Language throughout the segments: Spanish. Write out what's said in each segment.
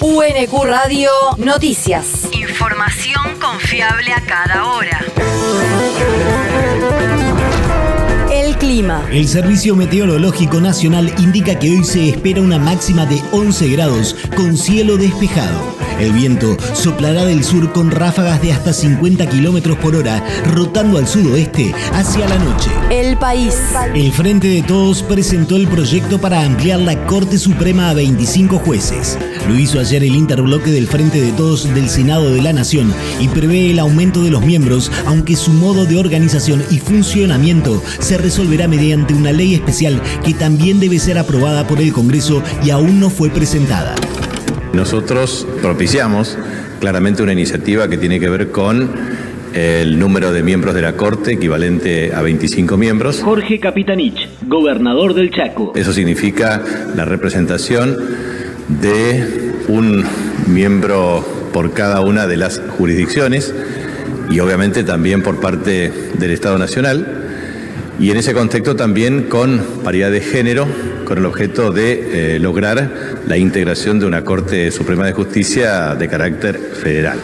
UNQ Radio Noticias. Información confiable a cada hora. El clima. El Servicio Meteorológico Nacional indica que hoy se espera una máxima de 11 grados con cielo despejado. El viento soplará del sur con ráfagas de hasta 50 kilómetros por hora, rotando al sudoeste hacia la noche. El país. El Frente de Todos presentó el proyecto para ampliar la Corte Suprema a 25 jueces. Lo hizo ayer el interbloque del Frente de Todos del Senado de la Nación y prevé el aumento de los miembros, aunque su modo de organización y funcionamiento se resolverá mediante una ley especial que también debe ser aprobada por el Congreso y aún no fue presentada. Nosotros propiciamos claramente una iniciativa que tiene que ver con el número de miembros de la Corte, equivalente a 25 miembros. Jorge Capitanich, gobernador del Chaco. Eso significa la representación de un miembro por cada una de las jurisdicciones y obviamente también por parte del Estado Nacional. Y en ese contexto también con paridad de género, con el objeto de lograr la integración de una Corte Suprema de Justicia de carácter federal.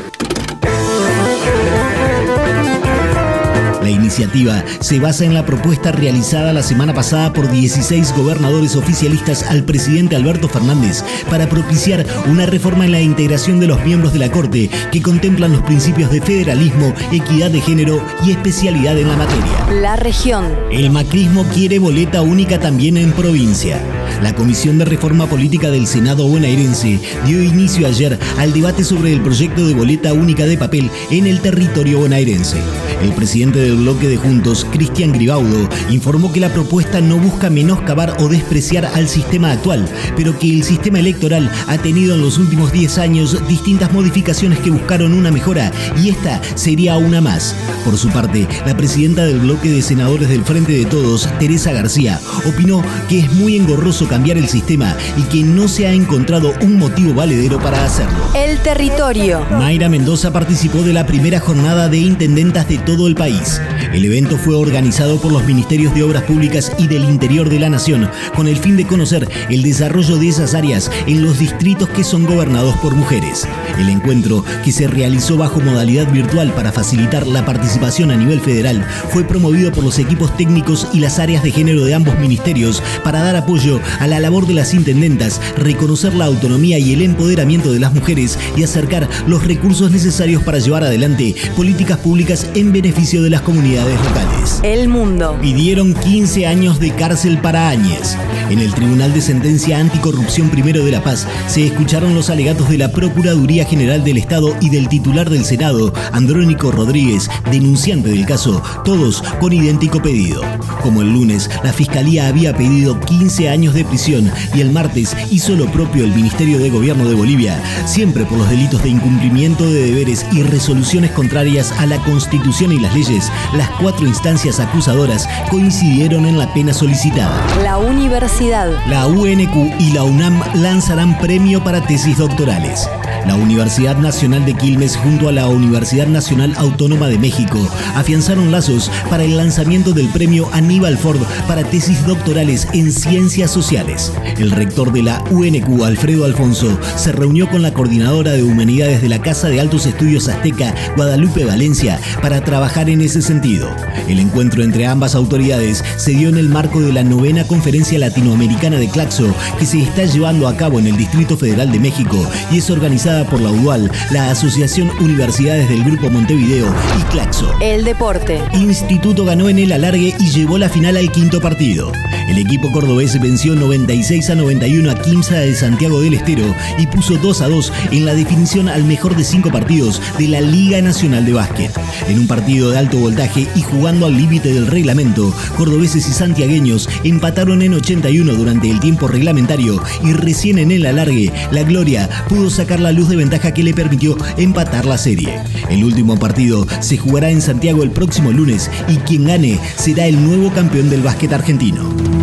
La iniciativa se basa en la propuesta realizada la semana pasada por 16 gobernadores oficialistas al presidente Alberto Fernández para propiciar una reforma en la integración de los miembros de la Corte que contemplan los principios de federalismo, equidad de género y especialidad en la materia. La región. El macrismo quiere boleta única también en provincia. La Comisión de Reforma Política del Senado bonaerense dio inicio ayer al debate sobre el proyecto de boleta única de papel en el territorio bonaerense. El presidente del bloque de Juntos, Cristian Gribaudo, informó que la propuesta no busca menoscabar o despreciar al sistema actual, pero que el sistema electoral ha tenido en los últimos 10 años distintas modificaciones que buscaron una mejora y esta sería una más. Por su parte, la presidenta del bloque de senadores del Frente de Todos, Teresa García, opinó que es muy engorroso cambiar el sistema y que no se ha encontrado un motivo valedero para hacerlo. El territorio. Mayra Mendoza participó de la primera jornada de intendentas de todo el país. El evento fue organizado por los Ministerios de Obras Públicas y del Interior de la Nación, con el fin de conocer el desarrollo de esas áreas en los distritos que son gobernados por mujeres. El encuentro, que se realizó bajo modalidad virtual para facilitar la participación a nivel federal, fue promovido por los equipos técnicos y las áreas de género de ambos ministerios para dar apoyo a la labor de las intendentas, reconocer la autonomía y el empoderamiento de las mujeres y acercar los recursos necesarios para llevar adelante políticas públicas en beneficio de las comunidades locales. El mundo. Pidieron 15 años de cárcel para Áñez. En el Tribunal de Sentencia Anticorrupción Primero de La Paz se escucharon los alegatos de la Procuraduría General del Estado y del titular del Senado, Andrónico Rodríguez, denunciante del caso, todos con idéntico pedido. Como el lunes, la Fiscalía había pedido 15 años de prisión y el martes hizo lo propio el Ministerio de Gobierno de Bolivia, siempre por los delitos de incumplimiento de deberes y resoluciones contrarias a la Constitución y las leyes. Las 4 instancias acusadoras coincidieron en la pena solicitada. La universidad. La UNQ y la UNAM lanzarán premio para tesis doctorales. La Universidad Nacional de Quilmes junto a la Universidad Nacional Autónoma de México afianzaron lazos para el lanzamiento del premio Aníbal Ford para tesis doctorales en ciencias sociales. El rector de la UNQ, Alfredo Alfonso, se reunió con la coordinadora de humanidades de la Casa de Altos Estudios Azteca, Guadalupe Valencia, para trabajar en ese sentido. El encuentro entre ambas autoridades se dio en el marco de la 9ª Conferencia Latinoamericana de Claxo, que se está llevando a cabo en el Distrito Federal de México y es organizada por la UDUAL, la Asociación Universidades del Grupo Montevideo y Claxo. El deporte. Instituto ganó en el alargue y llevó la final al 5º partido. El equipo cordobés venció 96-91 a Quimsa de Santiago del Estero y puso 2-2 en la definición al mejor de 5 partidos de la Liga Nacional de Básquet. En un partido de alto voltaje y jugando al límite del reglamento, cordobeses y santiagueños empataron en 81 durante el tiempo reglamentario y recién en el alargue, la Gloria pudo sacar la luz de ventaja que le permitió empatar la serie. El último partido se jugará en Santiago el próximo lunes y quien gane será el nuevo campeón del básquet argentino.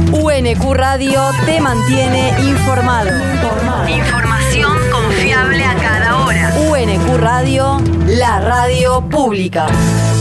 UNQ Radio te mantiene informado. Información confiable a cada hora. UNQ Radio, la radio pública.